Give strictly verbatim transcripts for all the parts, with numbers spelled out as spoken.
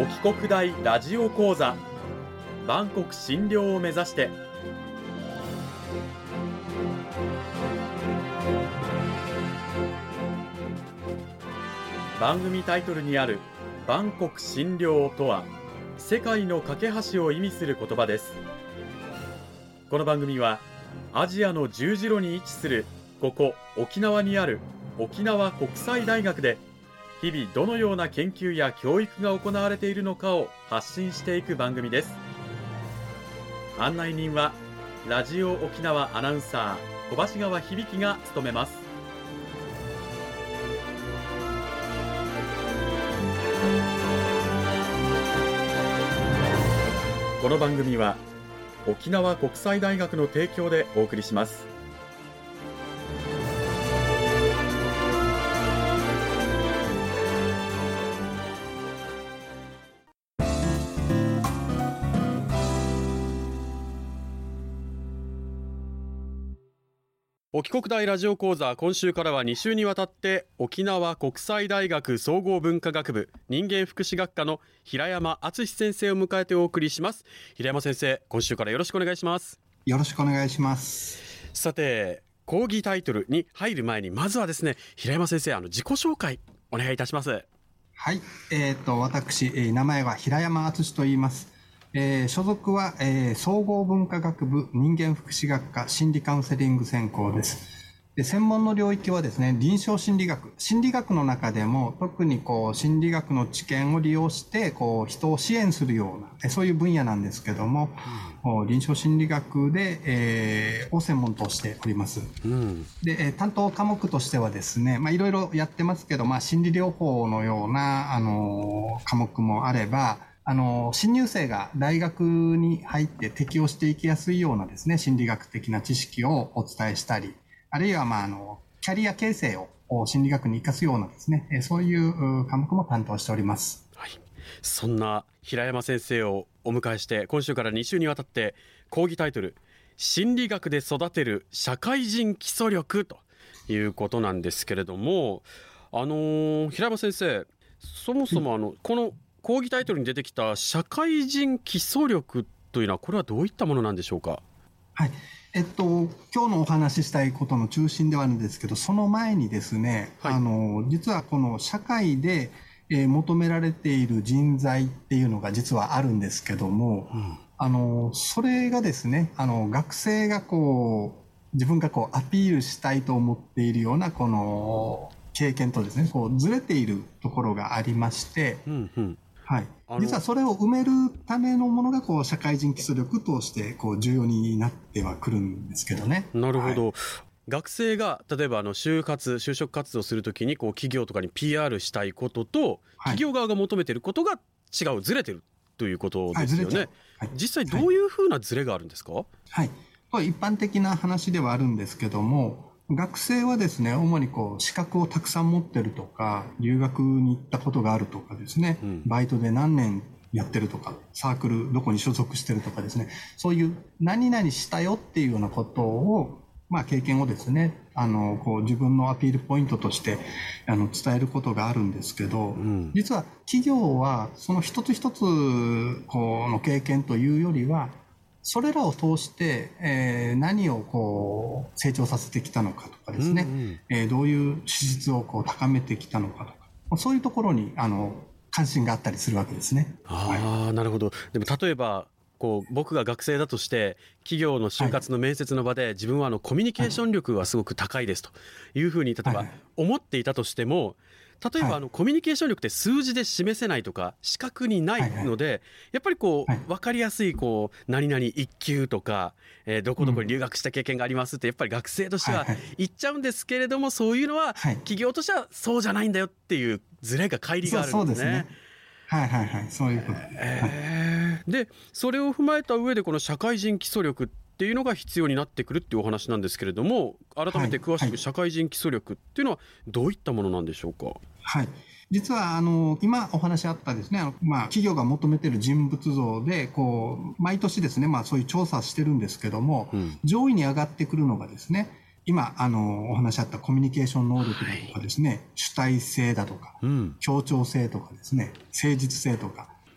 帰国大ラジオ講座、万国診療を目指して。番組タイトルにある万国診療とは、世界の架け橋を意味する言葉です。この番組はアジアの十字路に位置するここ沖縄にある沖縄国際大学で、日々どのような研究や教育が行われているのかを発信していく番組です。案内人はラジオ沖縄アナウンサー小橋川響が務めます。この番組は沖縄国際大学の提供でお送りします。沖国大ラジオ講座、今週からはに週にわたって沖縄国際大学総合文化学部人間福祉学科の平山敦先生を迎えてお送りします。平山先生、今週からよろしくお願いします。 よろしくお願いします。 さて、講義タイトルに入る前に、まずはですね、平山先生、あの自己紹介お願いいたします。 はい、えー、と私、えー、名前は平山敦と言います。えー、所属は、えー、総合文化学部人間福祉学科心理カウンセリング専攻です。で、専門の領域はですね、臨床心理学。心理学の中でも特にこう心理学の知見を利用してこう人を支援するような、そういう分野なんですけども、うん、臨床心理学で、えー、を専門としております。うん、で、担当科目としてはですね、まあいろいろやってますけど、まあ心理療法のようなあの科目もあれば、あの、新入生が大学に入って適応していきやすいようなですね、心理学的な知識をお伝えしたり、あるいは、まあ、あの、キャリア形成を心理学に活かすようなですね、そういう科目も担当しております。 はい。そんな平山先生をお迎えして、今週からに週にわたって講義タイトル、心理学で育てる社会人基礎力ということなんですけれども、あの、平山先生、そもそもあの、この講義タイトルに出てきた社会人基礎力というのは、これはどういったものなんでしょうか。 はい。えっと、今日のお話ししたいことの中心ではあるんですけど、その前にですね、はい、あの、実はこの社会で、えー、求められている人材っていうのが実はあるんですけども、うん、あの、それがですね、あの、学生がこう、自分がこうアピールしたいと思っているような、この、経験とですね、こうずれているところがありまして、うんうん、はい。実はそれを埋めるためのものが、こう、社会人基礎力として、こう、重要になってはくるんですけどね。 なるほど。はい、学生が、例えば、あの、就活、就職活動するときに、こう、企業とかに ピーアール したいことと、企業側が求めていることが違う、ずれてるということですよね。はいはい、実際、どういうふうなずれがあるんですか？ はい。はい、一般的な話ではあるんですけども、学生はですね、主にこう、資格をたくさん持ってるとか、留学に行ったことがあるとかですね、うん、バイトで何年やってるとか、サークルどこに所属してるとかですね、そういう何々したよっていうようなことを、まあ経験をですね、あの、こう自分のアピールポイントとして、あの、伝えることがあるんですけど、うん、実は企業はその一つ一つ、こうの経験というよりは、それらを通して、えー、何をこう成長させてきたのかとかですね、うんうんえー、どういう資質をこう高めてきたのかとか、そういうところにあの関心があったりするわけですね。 ああ、はい、なるほど。でも例えばこう僕が学生だとして企業の就活の面接の場で、はい、自分はあのコミュニケーション力がすごく高いですというふうに例えば思っていたとしても、例えばあのコミュニケーション力って数字で示せないとか視覚にないので、やっぱりこう分かりやすいこう何々一級とか、えー、どこどこに留学した経験がありますってやっぱり学生としては言っちゃうんですけれども、そういうのは企業としてはそうじゃないんだよっていうズレが乖離があるんですね。 そうですね。はいはいはい、そういうこと。 えー、でそれを踏まえた上でこの社会人基礎力っていうのが必要になってくるっていうお話なんですけれども、改めて詳しく社会人基礎力っていうのはどういったものなんでしょうか？ はい。実は、あの、今お話あったですね、あの、まあ、企業が求めている人物像で、こう、毎年ですね、まあ、そういう調査してるんですけども、うん、上位に上がってくるのがですね、今、あの、お話あったコミュニケーション能力だとかですね、はい、主体性だとか、うん、協調性とかですね、誠実性とか、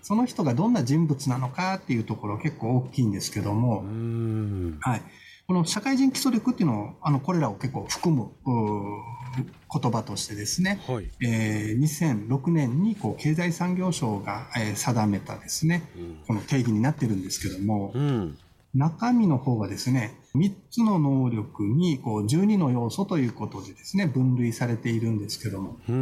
その人がどんな人物なのかっていうところ結構大きいんですけども、 うーん、 はい、この社会人基礎力っていうのをあのこれらを結構含む言葉としてですね、 はい、 えー、にせんろくねんにこう経済産業省が、えー、定めたですね、うん、この定義になってるんですけども、うん、中身の方がですね、みっつの能力にこうじゅうにの要素ということでですね、分類されているんですけども、うん、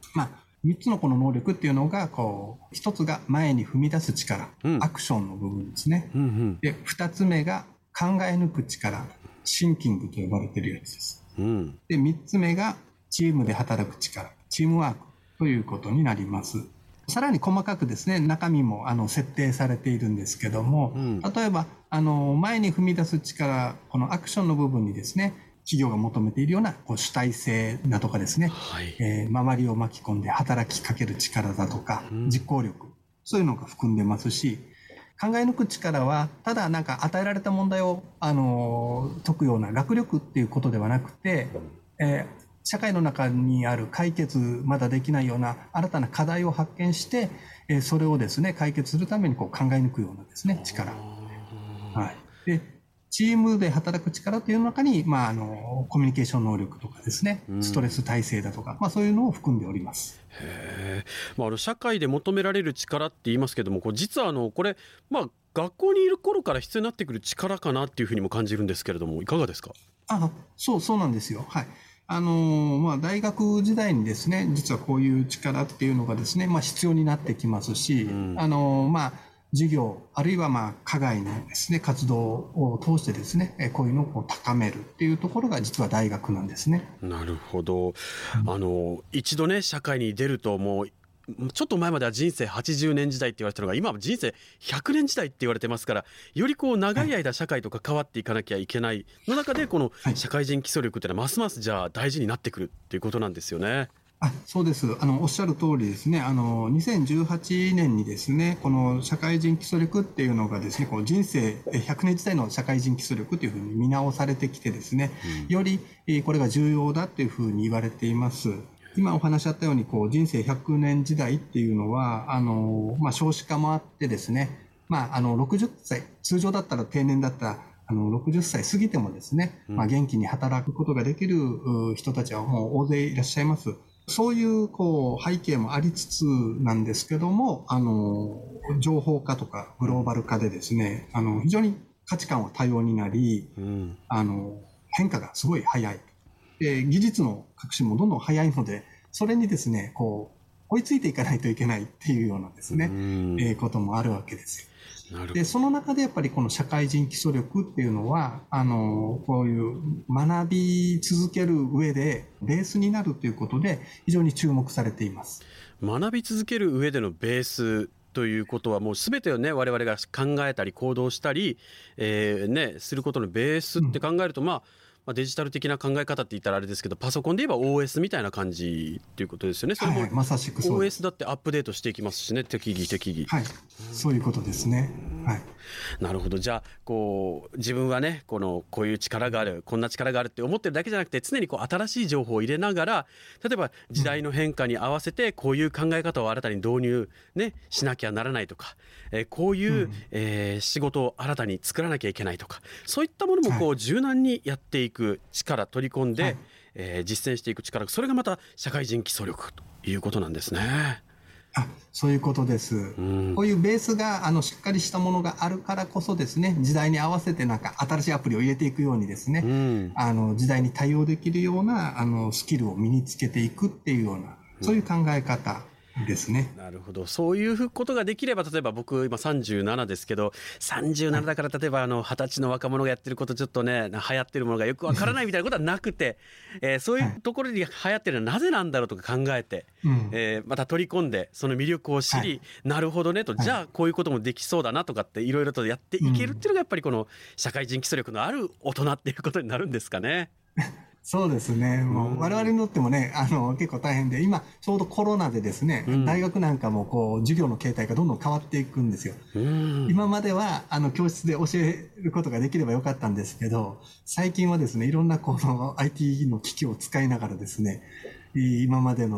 まあみっつのこの能力っていうのがこうひとつが前に踏み出す力、うん、アクションの部分ですね、うんうん、でふたつめが考え抜く力、シンキングと呼ばれているやつです、うん、でみっつめがチームで働く力、チームワークということになります。さらに細かくですね、中身もあの設定されているんですけども、うん、例えばあの前に踏み出す力、このアクションの部分にですね、企業が求めているようなこう主体性だとかですね、はい、えー、周りを巻き込んで働きかける力だとか、うん、実行力、そういうのが含んでますし、考え抜く力はただなんか与えられた問題をあの解くような学力っていうことではなくて、えー社会の中にある解決まだできないような新たな課題を発見して、それをですね解決するためにこう考え抜くようなですね力、はい、でチームで働く力という中に、まあ、あのコミュニケーション能力とかですね、ストレス耐性だとか、まあ、そういうのを含んでおります。 へー、まあ、あの社会で求められる力って言いますけども、こう実はあのこれ、まあ、学校にいる頃から必要になってくる力かなっていうふうにも感じるんですけれども、いかがですか？ あ、そうそうなんですよ。はい。あのまあ、大学時代にですね、実はこういう力っていうのがですね、まあ、必要になってきますし、うん、あのまあ、授業あるいはまあ課外のですね活動を通してですね、こういうのを高めるっていうところが実は大学なんですね。 なるほど。あの一度ね社会に出るともうちょっと前までは人生はちじゅうねん時代って言われてたのが今は人生ひゃくねん時代って言われてますから、よりこう長い間社会とか変わっていかなきゃいけないの中でこの社会人基礎力っていうのはますますじゃあ大事になってくるっていうことなんですよね。 あ、そうです。あのおっしゃる通りですね。あのにせんじゅうはちねんにですね、この社会人基礎力っていうのがですね、こう人生ひゃくねん時代の社会人基礎力というふうに見直されてきてですね、うん、よりこれが重要だっていうふうに言われています。今お話しあったようにこう人生ひゃくねん時代っていうのはあの、まあ、少子化もあってですね、まあ、あのろくじゅっさい、通常だったら定年だったらあのろくじゅっさい過ぎてもですね、まあ、元気に働くことができる人たちはもう大勢いらっしゃいます。そういうこう背景もありつつなんですけども、あの情報化とかグローバル化でですね、あの非常に価値観は多様になり、うん、あの変化がすごい早い。で技術の革新もどんどん早いので、それにですねこう追いついていかないといけないっていうようなですね、えー、こともあるわけですよ。でその中でやっぱりこの社会人基礎力っていうのはあのこういう学び続ける上でベースになるということで非常に注目されています。 学び続ける上でのベースということはもう全てをね我々が考えたり行動したり、えーね、することのベースって考えると、うん、まあまあ、デジタル的な考え方って言ったらあれですけど、パソコンで言えば オーエス みたいな感じっていうことですよね。それも オーエス だってアップデートしていきますしね、適宜適宜。 はい、そういうことですね。はい、 なるほど。じゃあこう自分はねこのこういう力がある、こんな力があるって思ってるだけじゃなくて、常にこう新しい情報を入れながら、例えば時代の変化に合わせてこういう考え方を新たに導入、ね、しなきゃならないとか、えー、こういう、うんえー、仕事を新たに作らなきゃいけないとか、そういったものもこう、はい、柔軟にやっていく力、取り込んで、はいえー、実践していく力、それがまた社会人基礎力ということなんですね。 あ、そういうことです、うん、こういうベースがあのしっかりしたものがあるからこそですね、時代に合わせてなんか新しいアプリを入れていくようにですね、うん、あの時代に対応できるようなあのスキルを身につけていくっていうような、そういう考え方ですね。 なるほど。そういうことができれば、例えば僕今さんじゅうななですけど、さんじゅうななだから例えばあのはたちの若者がやってることちょっとね流行ってるものがよくわからないみたいなことはなくて、えー、そういうところに流行ってるのはなぜなんだろうとか考えて、はいえー、また取り込んでその魅力を知り、はい、なるほどねと、じゃあこういうこともできそうだなとかっていろいろとやっていけるっていうのがやっぱりこの社会人基礎力のある大人っていうことになるんですかね。 そうですね。もう我々にとってもね、あの結構大変で、今ちょうどコロナでですね、うん、大学なんかもこう授業の形態がどんどん変わっていくんですよ。うん、今まではあの教室で教えることができればよかったんですけど、最近はですね、いろんなこの アイティー の機器を使いながらですね、今までの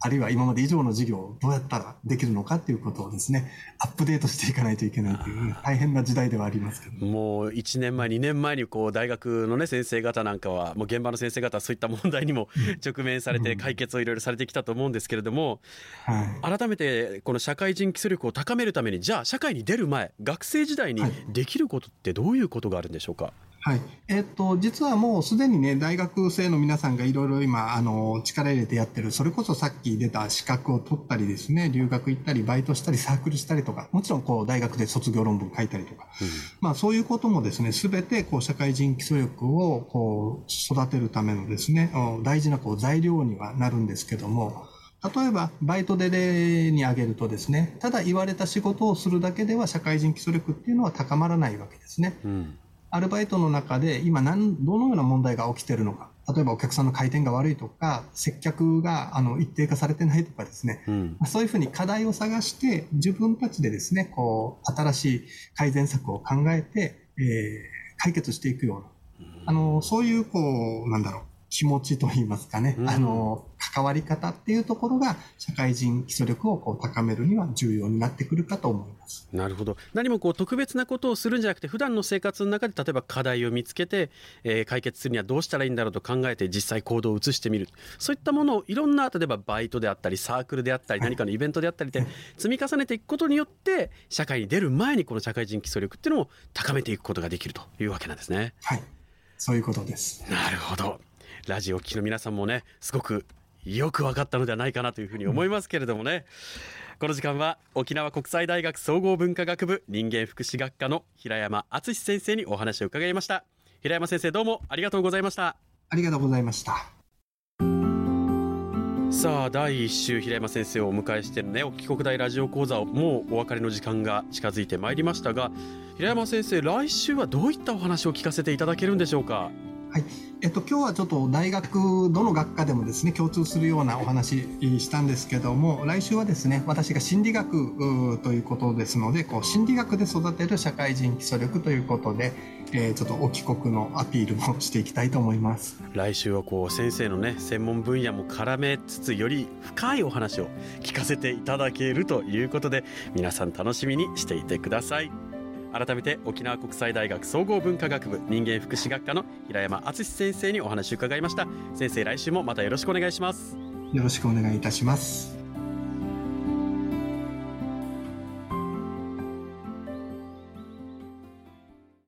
あるいは今まで以上の授業をどうやったらできるのかっていうことをですね、アップデートしていかないといけないという、ね、大変な時代ではありますけど、 もういちねんまえにねんまえにこう大学のね先生方なんかはもう現場の先生方はそういった問題にも直面されて解決をいろいろされてきたと思うんですけれども、はい、改めてこの社会人基礎力を高めるためにじゃあ社会に出る前学生時代にできることってどういうことがあるんでしょうか。 はい。えっと、実はもうすでにね、大学生の皆さんがいろいろ今、あの、力入れてやってる、それこそさっき出た資格を取ったりですね、留学行ったり、バイトしたり、サークルしたりとか、もちろんこう、大学で卒業論文書いたりとか、うん、まあそういうこともですね、すべてこう、社会人基礎力をこう、育てるためのですね、大事なこう、材料にはなるんですけども、例えば、バイトで例に挙げるとですね、ただ言われた仕事をするだけでは社会人基礎力っていうのは高まらないわけですね。うん、アルバイトの中で今何、どのような問題が起きているのか。例えばお客さんの回転が悪いとか、接客があの一定化されてないとかですね。うん、そういうふうに課題を探して自分たちでですね、こう、新しい改善策を考えて、えー、解決していくような。あの、そういう、こう、なんだろう。気持ちといいますかね、うん、あの関わり方っていうところが社会人基礎力をこう高めるには重要になってくるかと思います。 なるほど。何もこう特別なことをするんじゃなくて普段の生活の中で例えば課題を見つけて、えー、解決するにはどうしたらいいんだろうと考えて実際行動を移してみる、そういったものをいろんな例えばバイトであったりサークルであったり何かのイベントであったりで積み重ねていくことによって社会に出る前にこの社会人基礎力っていうのを高めていくことができるというわけなんですね。 はい、そういうことです。 なるほど。ラジオを聴きの皆さんもねすごくよく分かったのではないかなというふうに思いますけれどもね、うん、この時間は沖縄国際大学総合文化学部人間福祉学科の平山敦先生にお話を伺いました。平山先生どうもありがとうございました。 ありがとうございました。 さあだいいっ週平山先生をお迎えしてのね沖国大ラジオ講座をもうお別れの時間が近づいてまいりましたが、平山先生来週はどういったお話を聞かせていただけるんでしょうか。 はい、えっと、今日はちょっと大学どの学科でもですね共通するようなお話したんですけども、来週はですね私が心理学ということですのでこう心理学で育てる社会人基礎力ということで、えー、ちょっと沖国のアピールもしていきたいと思います。 来週はこう先生のね専門分野も絡めつつより深いお話を聞かせていただけるということで皆さん楽しみにしていてください。改めて沖縄国際大学総合文化学部人間福祉学科の平山敦先生にお話を伺いました。先生来週もまたよろしくお願いします。 よろしくお願いいたします。